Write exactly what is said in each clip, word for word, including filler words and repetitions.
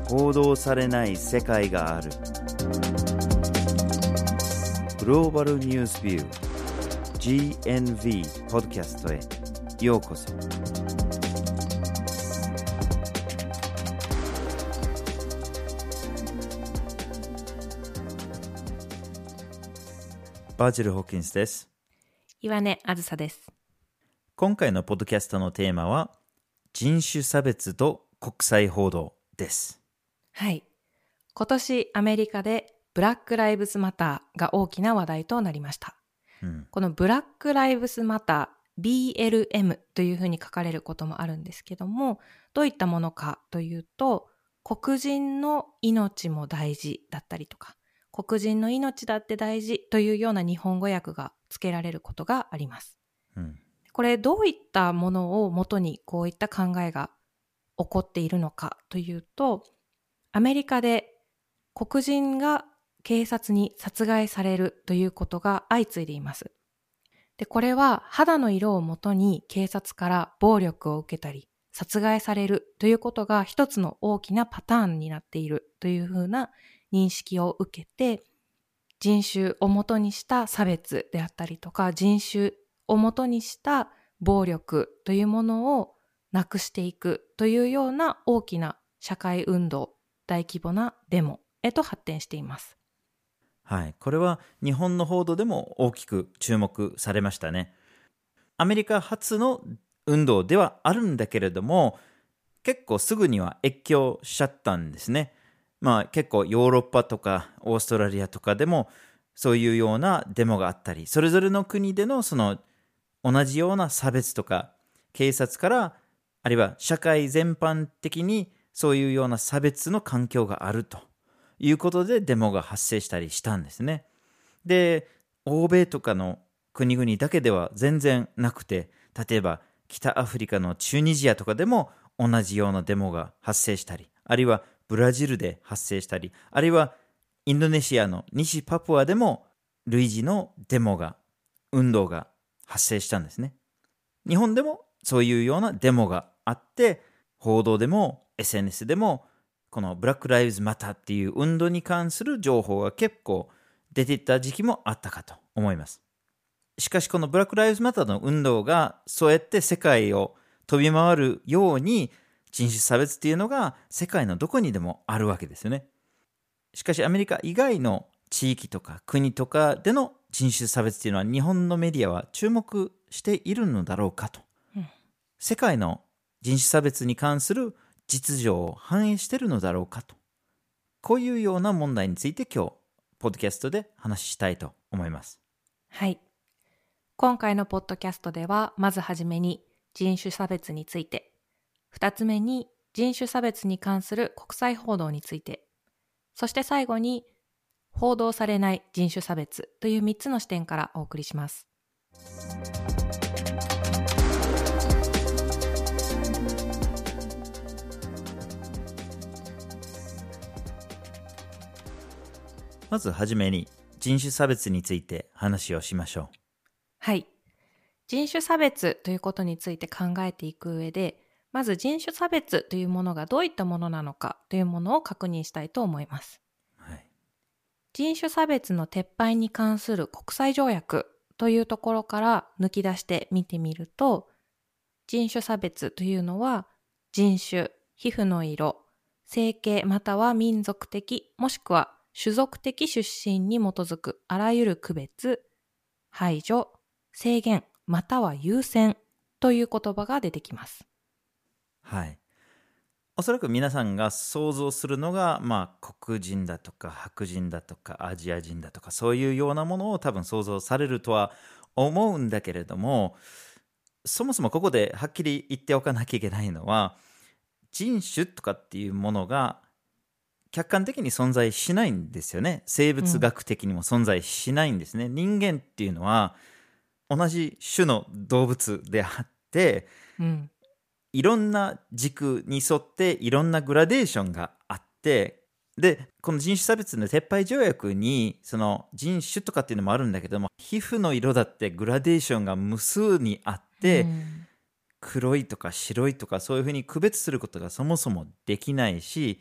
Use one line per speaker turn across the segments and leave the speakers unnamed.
報道されない世界がある。グローバルニュースビュー ジーエヌブイ ポッドキャストへようこそ。バージル・ホーキンスです。
岩根あずさです。
今回のポッドキャストのテーマは人種差別と国際報道です。
はい。今年アメリカでブラックライブズマターが大きな話題となりました。うん、このブラックライブズマター ビーエルエム というふうに書かれることもあるんですけども、どういったものかというと、黒人の命も大事だったりとか、黒人の命だって大事というような日本語訳が付けられることがあります。うん、これどういったものをもとにこういった考えが起こっているのかというと、アメリカで黒人が警察に殺害されるということが相次いでいます。で、これは肌の色をもとに警察から暴力を受けたり殺害されるということが一つの大きなパターンになっているというふうな認識を受けて、人種をもとにした差別であったりとか、人種をもとにした暴力というものをなくしていくというような大きな社会運動、大規模なデモへと発展しています。
はい、これは日本の報道でも大きく注目されましたね。アメリカ発の運動ではあるんだけれども、結構すぐには越境しちゃったんですね。まあ結構ヨーロッパとかオーストラリアとかでもそういうようなデモがあったり、それぞれの国でのその同じような差別とか、警察からあるいは社会全般的にそういうような差別の環境があるということでデモが発生したりしたんですね。で、欧米とかの国々だけでは全然なくて、例えば北アフリカのチュニジアとかでも同じようなデモが発生したり、あるいはブラジルで発生したり、あるいはインドネシアの西パプアでも類似のデモが、運動が発生したんですね。日本でもそういうようなデモがあって、報道でも エスエヌエス でもこのブラックライブズマターっていう運動に関する情報が結構出ていた時期もあったかと思います。しかしこのブラックライブズマターの運動がそうやって世界を飛び回るように人種差別っていうのが世界のどこにでもあるわけですよね。しかしアメリカ以外の地域とか国とかでの人種差別っていうのは日本のメディアは注目しているのだろうかと、うん、世界の人種差別に関する実情を反映しているのだろうかと、こういうような問題について今日ポッドキャストで話したいと思います。
はい。今回のポッドキャストではまずはじめに人種差別について、二つ目に人種差別に関する国際報道について、そして最後に報道されない人種差別というみっつの視点からお送りします。
まずはじめに人種差別について話をしましょう。
はい。人種差別ということについて考えていく上で、まず人種差別というものがどういったものなのかというものを確認したいと思います。はい、人種差別の撤廃に関する国際条約というところから抜き出して見てみると、人種差別というのは人種、皮膚の色、性形または民族的もしくは種族的出身に基づくあらゆる区別、排除、制限または優先という言葉が出てきます。
はい。おそらく皆さんが想像するのが、まあ、黒人だとか白人だとかアジア人だとかそういうようなものを多分想像されるとは思うんだけれども、そもそもここではっきり言っておかなきゃいけないのは、人種とかっていうものが客観的に存在しないんですよね。生物学的にも存在しないんですね。うん、人間っていうのは同じ種の動物であって、うん、いろんな軸に沿っていろんなグラデーションがあって、でこの人種差別の撤廃条約にその人種とかっていうのもあるんだけども、皮膚の色だってグラデーションが無数にあって、うん、黒いとか白いとかそういうふうに区別することがそもそもできないし、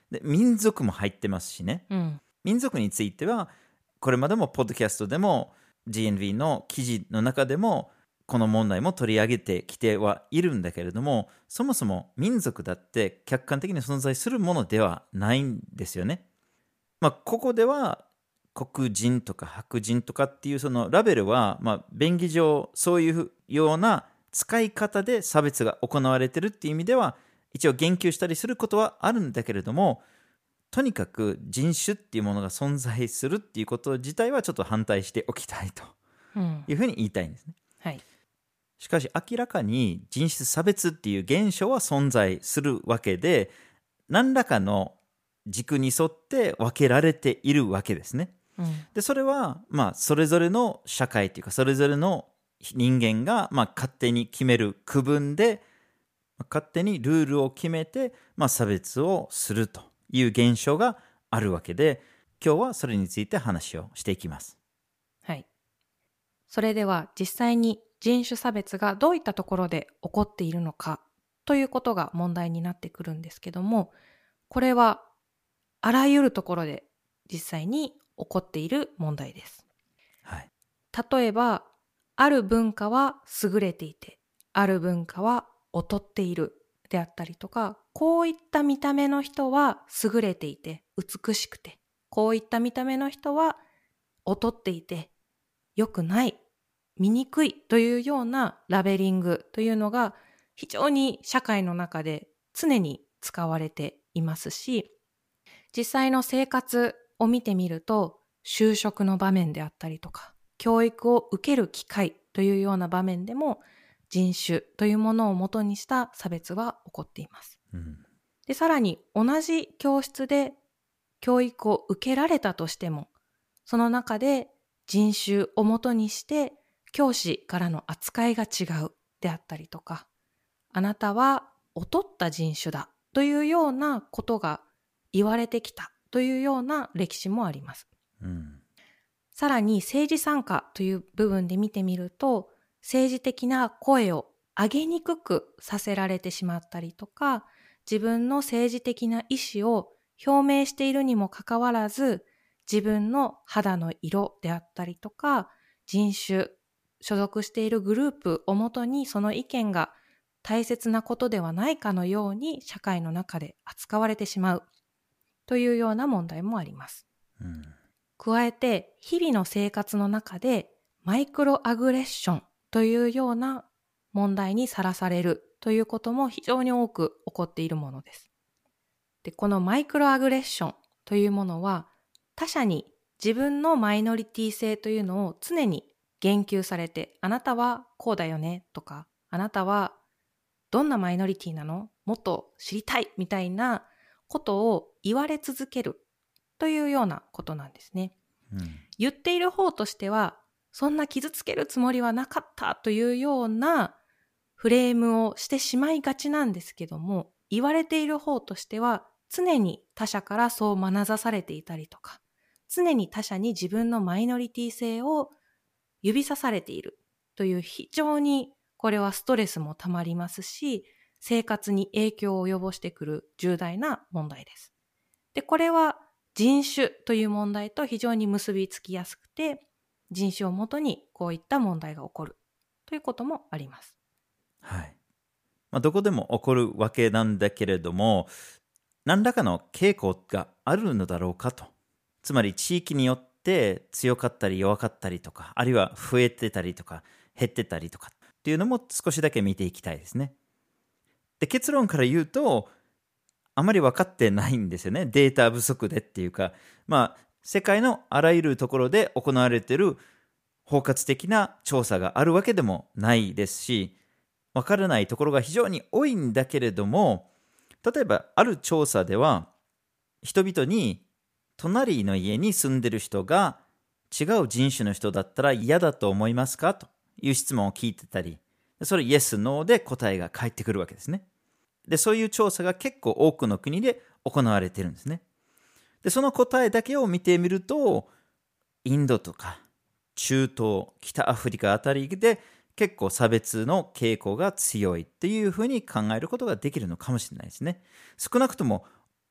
で民族も入ってますしね、
うん、
民族についてはこれまでもポッドキャストでも ジーエヌブイ の記事の中でもこの問題も取り上げてきてはいるんだけれども、そもそも民族だって客観的に存在するものではないんですよね。まあ、ここでは黒人とか白人とかっていうそのラベルは、まあ、便宜上そういうような使い方で差別が行われてるっていう意味では一応言及したりすることはあるんだけれども、とにかく人種っていうものが存在するっていうこと自体はちょっと反対しておきたいというふうに言いたいんですね、
うん、はい。
しかし明らかに人種差別っていう現象は存在するわけで、何らかの軸に沿って分けられているわけですね、
うん、
でそれはまあそれぞれの社会というかそれぞれの人間がまあ勝手に決める区分で勝手にルールを決めてまあ差別をするという現象があるわけで、今日はそれについて話をしていきます。
はい。それでは実際に人種差別がどういったところで起こっているのかということが問題になってくるんですけども、これはあらゆるところで実際に起こっている問題です。
はい。
例えば、ある文化は優れていて、ある文化は劣っているであったりとか、こういった見た目の人は優れていて美しくて、こういった見た目の人は劣っていて良くない、醜いというようなラベリングというのが非常に社会の中で常に使われていますし、実際の生活を見てみると、就職の場面であったりとか、教育を受ける機会というような場面でも人種というものを元にした差別は起こっています。
うん、
で、さらに同じ教室で教育を受けられたとしても、その中で人種を元にして教師からの扱いが違うであったりとか、あなたは劣った人種だというようなことが言われてきたというような歴史もあります。
うん、
さらに政治参加という部分で見てみると、政治的な声を上げにくくさせられてしまったりとか、自分の政治的な意思を表明しているにもかかわらず、自分の肌の色であったりとか、人種、所属しているグループをもとにその意見が大切なことではないかのように社会の中で扱われてしまうというような問題もあります。
うん、
加えて日々の生活の中でマイクロアグレッションというような問題にさらされるということも非常に多く起こっているものです。で、このマイクロアグレッションというものは他者に自分のマイノリティ性というのを常に言及されて、あなたはこうだよねとか、あなたはどんなマイノリティなの？もっと知りたいみたいなことを言われ続けるというようなことなんですね。
うん、
言っている方としては、そんな傷つけるつもりはなかったというようなフレームをしてしまいがちなんですけども、言われている方としては常に他者からそう眼差されていたりとか、常に他者に自分のマイノリティ性を指さされているという非常にこれはストレスもたまりますし、生活に影響を及ぼしてくる重大な問題です。で、これは人種という問題と非常に結びつきやすくて、人種をもとにこういった問題が起こるということもあります。
はい。まあ、どこでも起こるわけなんだけれども、何らかの傾向があるのだろうかと。つまり地域によって強かったり弱かったりとか、あるいは増えてたりとか減ってたりとかっていうのも少しだけ見ていきたいですね。で、結論から言うと、あまり分かってないんですよね。データ不足でっていうか、まあ、世界のあらゆるところで行われている包括的な調査があるわけでもないですし、分からないところが非常に多いんだけれども、例えばある調査では、人々に隣の家に住んでる人が違う人種の人だったら嫌だと思いますかという質問を聞いてたり、それイエス、ノーで答えが返ってくるわけですね。で、そういう調査が結構多くの国で行われているんですね。で、その答えだけを見てみると、インドとか中東、北アフリカあたりで結構差別の傾向が強いっていうふうに考えることができるのかもしれないですね。少なくとも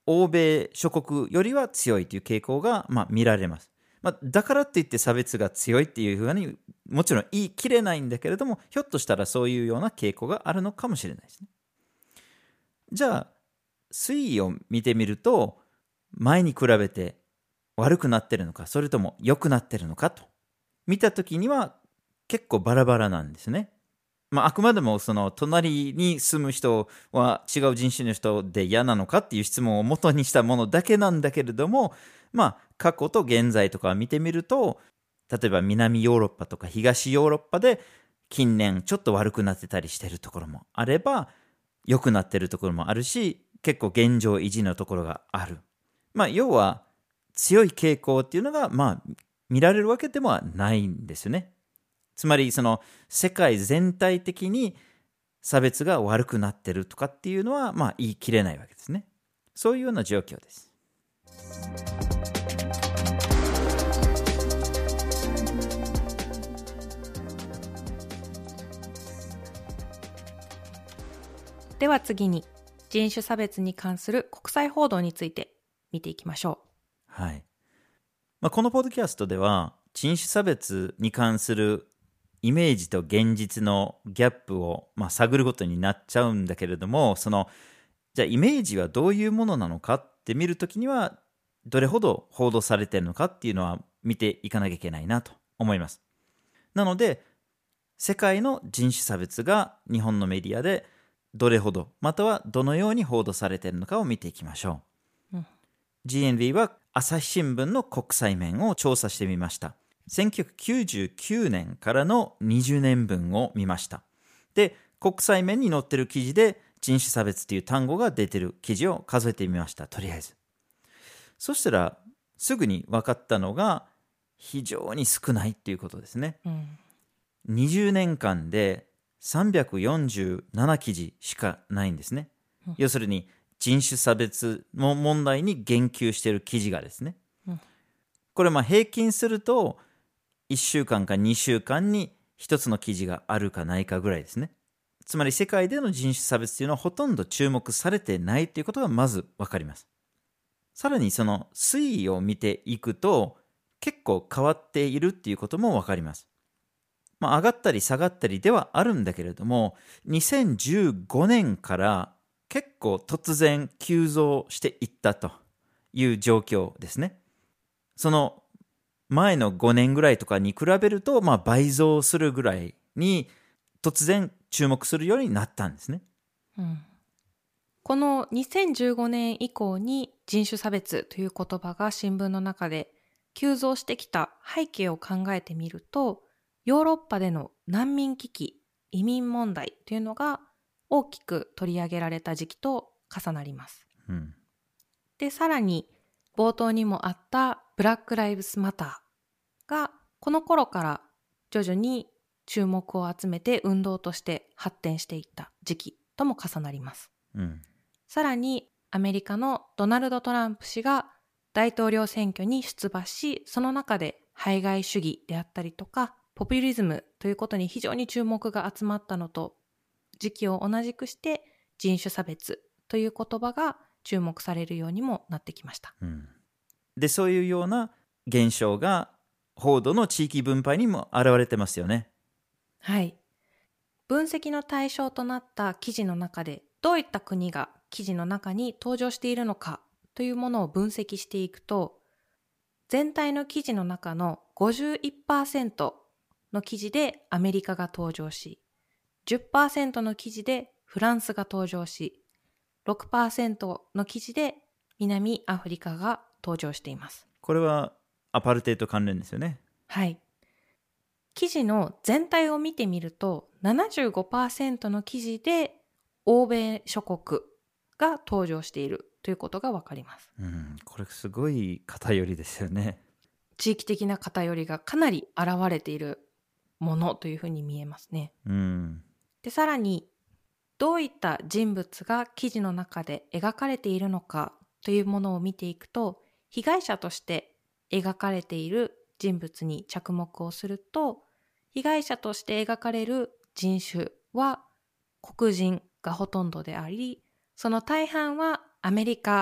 欧米諸国よりは強いという傾向が、まあ、見られます。まあ、だからっていって差別が強いっていうふうにもちろん言い切れないんだけれども、ひょっとしたらそういうような傾向があるのかもしれないですね。じゃあ推移を見てみると、前に比べて悪くなってるのか、それとも良くなってるのかと見たときには結構バラバラなんですね。まあ、あくまでもその隣に住む人は違う人種の人で嫌なのかっていう質問を元にしたものだけなんだけれども、まあ過去と現在とか見てみると、例えば南ヨーロッパとか東ヨーロッパで近年ちょっと悪くなってたりしてるところもあれば、良くなってるところもあるし、結構現状維持のところがある。まあ要は強い傾向っていうのがまあ見られるわけではないんですよね。つまりその世界全体的に差別が悪くなってるとかっていうのはまあ言い切れないわけですね。そういうような状況です。
では次に人種差別に関する国際報道について見ていきましょ
う。はい。まあ、このポッドキャストでは人種差別に関するイメージと現実のギャップを、まあ、探ることになっちゃうんだけれども、そのじゃあイメージはどういうものなのかって見るときにはどれほど報道されているのかっていうのは見ていかなきゃいけないなと思います。なので世界の人種差別が日本のメディアでどれほどまたはどのように報道されているのかを見ていきましょう。うん、ジーエヌビー は朝日新聞の国際面を調査してみました。せんきゅうひゃくきゅうじゅうきゅうねんからのにじゅうねんぶんを見ました。で、国際面に載ってる記事で人種差別という単語が出てる記事を数えてみました。とりあえず。そしたらすぐに分かったのが非常に少ないっていうことですね。うん、にじゅうねんかんでさんびゃくよんじゅうなな記事しかないんですね。うん、要するに人種差別の問題に言及している記事がですね。うん、これまあ平均するといっしゅうかんかにしゅうかんにひとつの記事があるかないかぐらいですね。つまり世界での人種差別というのはほとんど注目されてないということがまず分かります。さらにその推移を見ていくと結構変わっているっていうことも分かります。まあ、上がったり下がったりではあるんだけれども、にせんじゅうごねんから結構突然急増していったという状況ですね。その前のごねんぐらいとかに比べると、まあ、倍増するぐらいに突然注目するようになったんですね。
うん、このにせんじゅうごねん以降に人種差別という言葉が新聞の中で急増してきた背景を考えてみると、ヨーロッパでの難民危機、移民問題というのが大きく取り上げられた時期と重なります。うん、で、さらに冒頭にもあったブラック・ライブスマターがこの頃から徐々に注目を集めて運動として発展していった時期とも重なります。うん、さらにアメリカのドナルド・トランプ氏が大統領選挙に出馬し、その中で排外主義であったりとかポピュリズムということに非常に注目が集まったのと時期を同じくして人種差別という言葉が注目されるようにもなってきました。
うん、でそういうような現象が報道の地域分配にも現れてますよね。
はい。分析の対象となった記事の中でどういった国が記事の中に登場しているのかというものを分析していくと、全体の記事の中の ごじゅういちパーセント の記事でアメリカが登場し、じゅっパーセント の記事でフランスが登場し、ろくパーセント の記事で南アフリカが登場しています。
これはアパルテイト関連ですよね。
はい。記事の全体を見てみると ななじゅうごパーセント の記事で欧米諸国が登場しているということがわかります。
うん、これすごい偏りですよね。
地域的な偏りがかなり現れているものというふうに見えますね。うん、で、さらにどういった人物が記事の中で描かれているのかというものを見ていくと、被害者として描かれている人物に着目をすると、被害者として描かれる人種は黒人がほとんどであり、その大半はアメリカ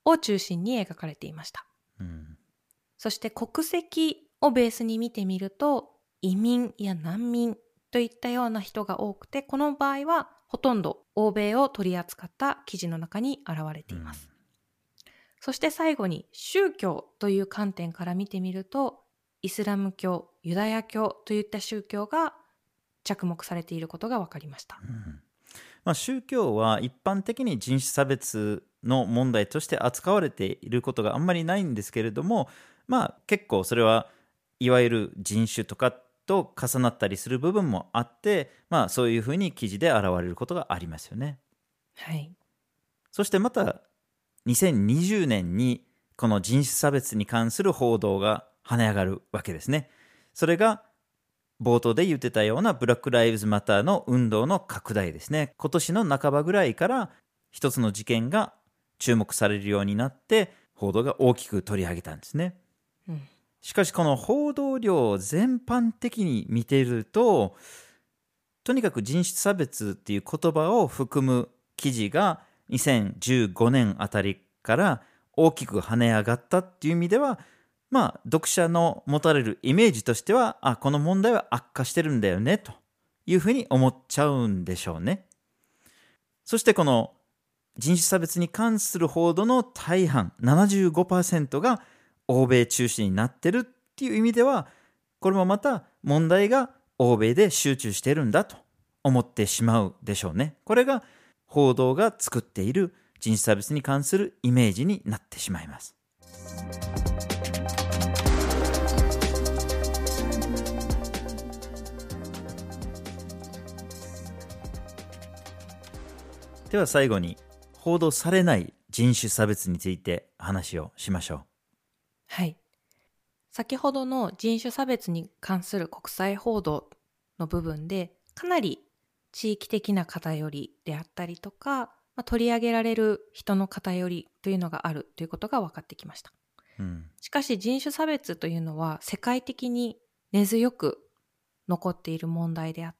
を中心に描かれていました。
うん、
そして国籍をベースに見てみると、移民や難民といったような人が多くて、この場合はほとんど欧米を取り扱った記事の中に現れています。うん、そして最後に宗教という観点から見てみると、イスラム教、ユダヤ教といった宗教が着目されていることが分かりました。
うんまあ、宗教は一般的に人種差別の問題として扱われていることがあんまりないんですけれども、まあ、結構それはいわゆる人種とかと重なったりする部分もあって、まあ、そういうふうに記事で現れることがありますよね。
はい。
そしてまたにせんにじゅうねんにこの人種差別に関する報道が跳ね上がるわけですね。それが冒頭で言ってたようなブラック・ライブズ・マターの運動の拡大ですね。今年の半ばぐらいから一つの事件が注目されるようになって報道が大きく取り上げたんですね。うん、しかしこの報道量全般的に見ていると、とにかく人種差別っていう言葉を含む記事がにせんじゅうごねんあたりから大きく跳ね上がったっていう意味では、まあ読者の持たれるイメージとしては、あ、この問題は悪化してるんだよねというふうに思っちゃうんでしょうね。そしてこの人種差別に関する報道の大半 ななじゅうごパーセント が欧米中心になってるっていう意味では、これもまた問題が欧米で集中してるんだと思ってしまうでしょうね。これが報道が作っている人種差別に関するイメージになってしまいます。では最後に報道されない人種差別について話をしましょう。
はい。先ほどの人種差別に関する国際報道の部分で、かなり地域的な偏りであったりとか、まあ、取り上げられる人の偏りというのがあるということが分かってきました。うん、しかし人種差別というのは世界的に根強く残っている問題であって、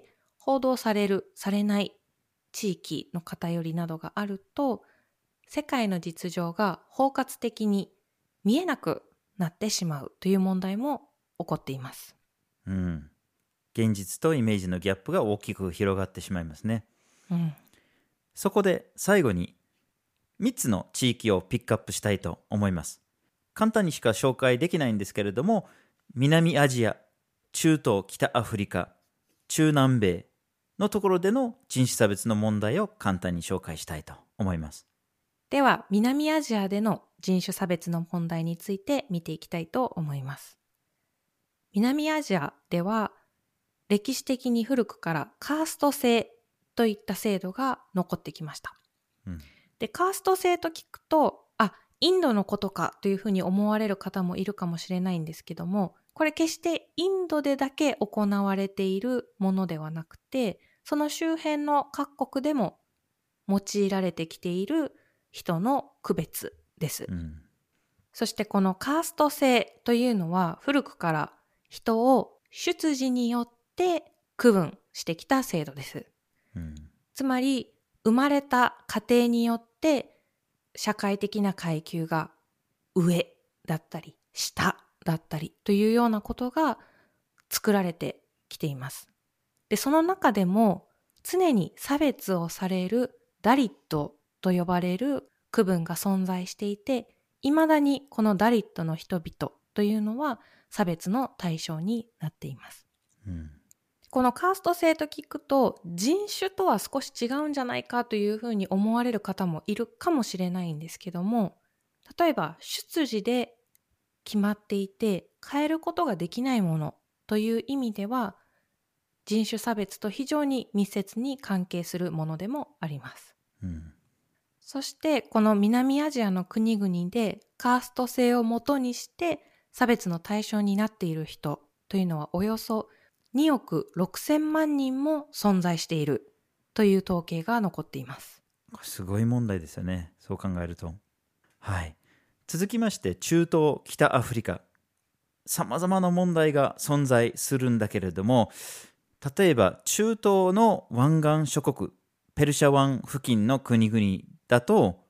報道される、されない地域の偏りなどがあると、世界の実情が包括的に見えなくなってしまうという問題も起こっています。
うん、現実とイメージのギャップが大きく広がってしまいますね。うん、そこで最後にみっつの地域をピックアップしたいと思います。簡単にしか紹介できないんですけれども、南アジア、中東、北アフリカ、中南米のところでの人種差別の問題を簡単に紹介したいと思います。
では、南アジアでの人種差別の問題について見ていきたいと思います。南アジアでは、歴史的に古くからカースト制といった制度が残ってきました。うん、で、カースト制と聞くと、あ、インドのことかというふうに思われる方もいるかもしれないんですけども、これ決してインドでだけ行われているものではなくて、その周辺の各国でも用いられてきている人の区別です。うん、そしてこのカースト制というのは古くから人を出自によって区分してきた制度です。うん、つまり生まれた家庭によって社会的な階級が上だったり下だったりというようなことが作られてきています。で、その中でも常に差別をされるダリットと呼ばれる区分が存在していて、未だにこのダリットの人々というのは差別の対象になっています。うん、このカースト制と聞くと人種とは少し違うんじゃないかというふうに思われる方もいるかもしれないんですけども、例えば出自で決まっていて変えることができないものという意味では、人種差別と非常に密接に関係するものでもあります。うん、そしてこの南アジアの国々でカースト制をもとにして差別の対象になっている人というのはおよそにおくろくせんまんにんも存在しているという統計が残っています。
すごい問題ですよね、そう考えると。はい。続きまして中東、北アフリカ、さまざまな問題が存在するんだけれども、例えば中東の湾岸諸国、ペルシャ湾付近の国々だと、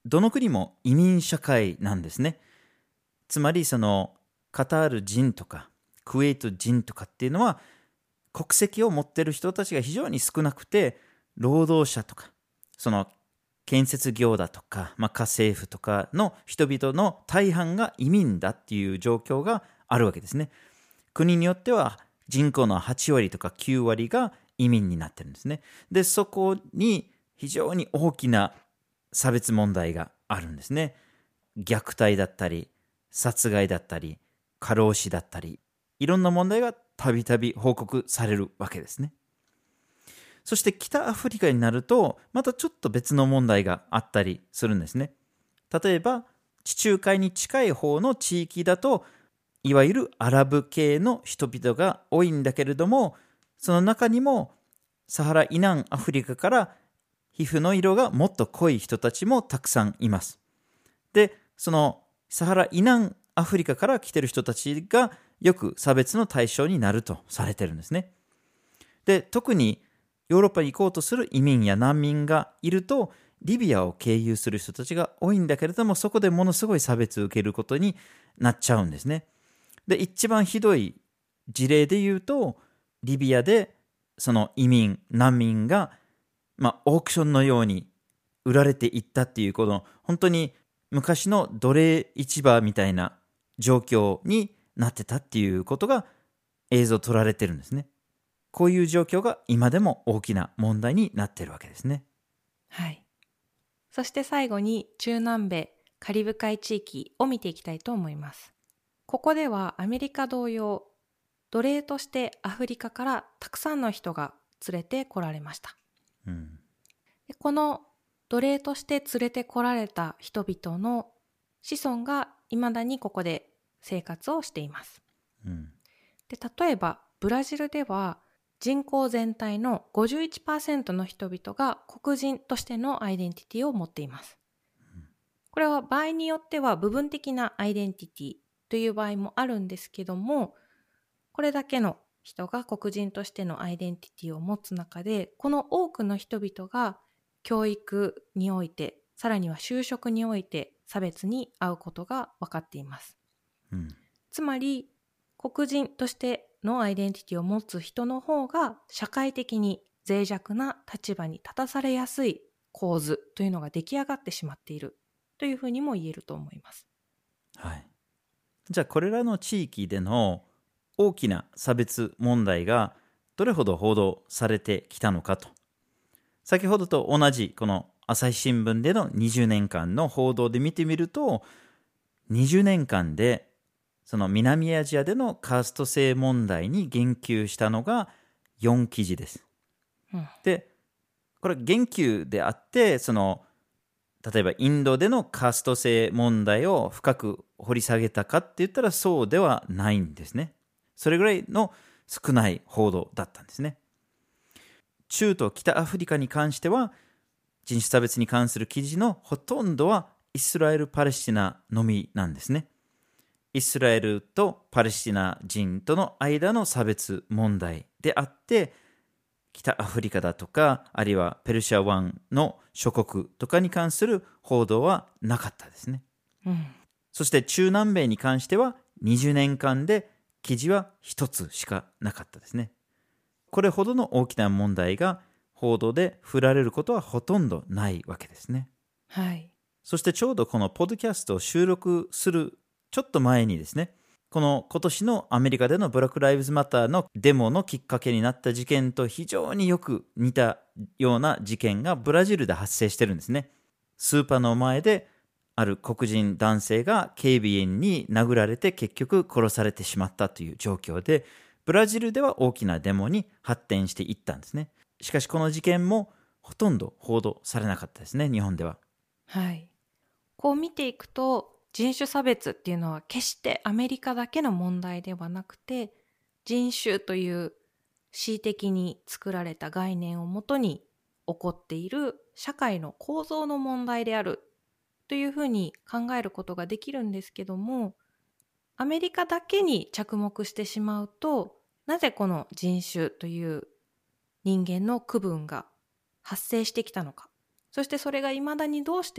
どの国も移民社会なんですね。つまりそのカタール人とかクウェート人とかっていうのは国籍を持っている人たちが非常に少なくて、労働者とかその建設業だとか、まあ、家政婦とかの人々の大半が移民だっていう状況があるわけですね。国によっては人口のはちわりとかきゅうわりが移民になってるんですね。で、そこに非常に大きな差別問題があるんですね。虐待だったり、殺害だったり、過労死だったり、いろんな問題がたびたび報告されるわけですね。そして北アフリカになると、またちょっと別の問題があったりするんですね。例えば、地中海に近い方の地域だと、いわゆるアラブ系の人々が多いんだけれども、その中にもサハラ以南アフリカから皮膚の色がもっと濃い人たちもたくさんいます。で、そのサハラ以南アフリカから来てる人たちがよく差別の対象になるとされてるんですね。で、特にヨーロッパに行こうとする移民や難民がいると、リビアを経由する人たちが多いんだけれども、そこでものすごい差別を受けることになっちゃうんですね。で、一番ひどい事例で言うと、リビアでその移民、難民が、まあ、オークションのように売られていったっていう、この本当に昔の奴隷市場みたいな状況になってたっていうことが映像撮られてるんですね。こういう状況が今でも大きな問題になっているわけですね。
はい。そして最後に中南米、カリブ海地域を見ていきたいと思います。ここではアメリカ同様、奴隷としてアフリカからたくさんの人が連れてこられました。
うん、
でこの奴隷として連れてこられた人々の子孫がいまだにここで生活をしています。
うん、
で例えばブラジルでは人口全体の ごじゅういちパーセント の人々が黒人としてのアイデンティティを持っています。これは場合によっては部分的なアイデンティティという場合もあるんですけども、これだけの人が黒人としてのアイデンティティを持つ中で、この多くの人々が教育において、さらには就職において差別に遭うことが分かっています。
うん、
つまり黒人としてのアイデンティティを持つ人の方が社会的に脆弱な立場に立たされやすい構図というのが出来上がってしまっているというふうにも言えると思います。
はい。じゃあこれらの地域での大きな差別問題がどれほど報道されてきたのかと。先ほどと同じこの朝日新聞でのにじゅうねんかんの報道で見てみると、にじゅうねんかんでその南アジアでのカースト制問題に言及したのがよんきじです。
うん、
で、これ言及であって、その例えばインドでのカースト制問題を深く掘り下げたかって言ったらそうではないんですね。それぐらいの少ない報道だったんですね。中と北アフリカに関しては人種差別に関する記事のほとんどはイスラエル・パレスチナのみなんですね。イスラエルとパレスチナ人との間の差別問題であって、北アフリカだとか、あるいはペルシャ湾の諸国とかに関する報道はなかったですね。
うん、
そして中南米に関してはにじゅうねんかんで記事は一つしかなかったですね。これほどの大きな問題が報道で振られることはほとんどないわけですね。
はい。
そしてちょうどこのポッドキャストを収録するちょっと前にですね、この今年のアメリカでのブラック・ライブズ・マターのデモのきっかけになった事件と非常によく似たような事件がブラジルで発生してるんですね。スーパーの前である黒人男性が警備員に殴られて結局殺されてしまったという状況で、ブラジルでは大きなデモに発展していったんですね。しかしこの事件もほとんど報道されなかったですね、日本では。
はい。こう見ていくと、人種差別っていうのは決してアメリカだけの問題ではなくて、人種という恣意的に作られた概念をもとに起こっている社会の構造の問題であるというふうに考えることができるんですけども、アメリカだけに着目してしまうと、なぜこの人種という人間の区分が発生してきたのか、そしてそれが未だにどうして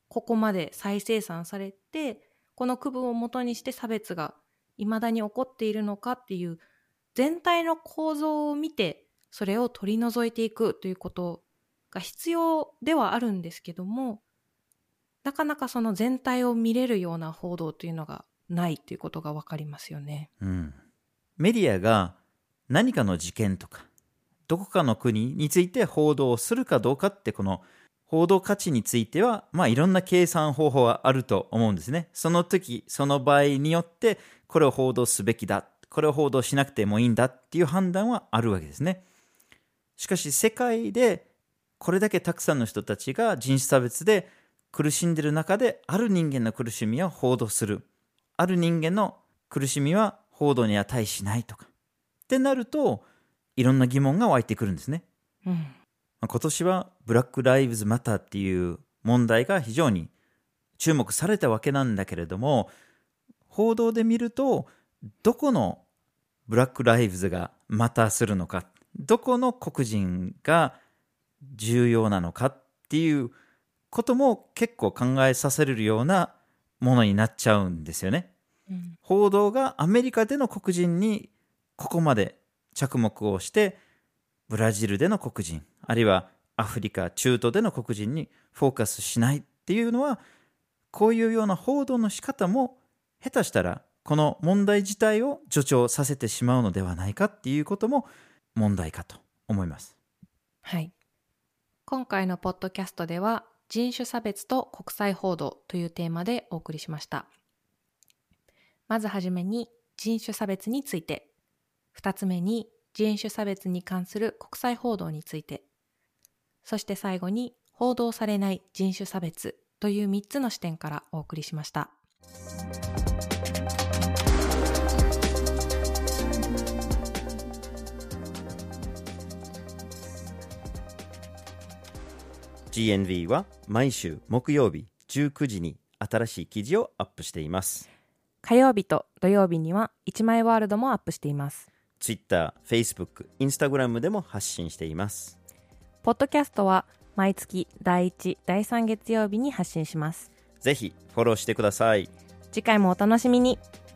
ここまで再生産されて、この区分をもとにして差別が未だに起こっているのかっていう全体の構造を見て、それを取り除いていくということが必要ではあるんですけども、なかなかその全体を見れるような報道というのがないということが分かりますよね。
うん、メディアが何かの事件とかどこかの国について報道するかどうかって、この報道価値については、まあいろんな計算方法はあると思うんですね。その時その場合によってこれを報道すべきだ、これを報道しなくてもいいんだっていう判断はあるわけですね。しかし世界でこれだけたくさんの人たちが人種差別で苦しんでいる中で、ある人間の苦しみを報道する、ある人間の苦しみは報道に値しないとかってなると、いろんな疑問が湧いてくるんですね。
うん、
今年はブラック・ライブズ・マターっていう問題が非常に注目されたわけなんだけれども、報道で見るとどこのブラック・ライブズがマターするのか、どこの黒人が重要なのかっていうことも結構考えさせるようなものになっちゃうんですよね。
うん、
報道がアメリカでの黒人にここまで着目をして、ブラジルでの黒人、あるいはアフリカ、中東での黒人にフォーカスしないっていうのは、こういうような報道の仕方も下手したらこの問題自体を助長させてしまうのではないかっていうことも問題かと思います。
はい。今回のポッドキャストでは、人種差別と国際報道というテーマでお送りしました。まずはじめに人種差別について、ふたつめに人種差別に関する国際報道について、そして最後に報道されない人種差別というみっつの視点からお送りしました。
ジーエヌブイ は毎週木曜日じゅうくじに新しい記事をアップしています。
火曜日と土曜日にはいちまいワールドもアップしています。
Twitter、Facebook、Instagram でも発信しています。
ポッドキャストは毎月だいいち、だいさん月曜日に発信します。
ぜひフォローしてください。
次回もお楽しみに。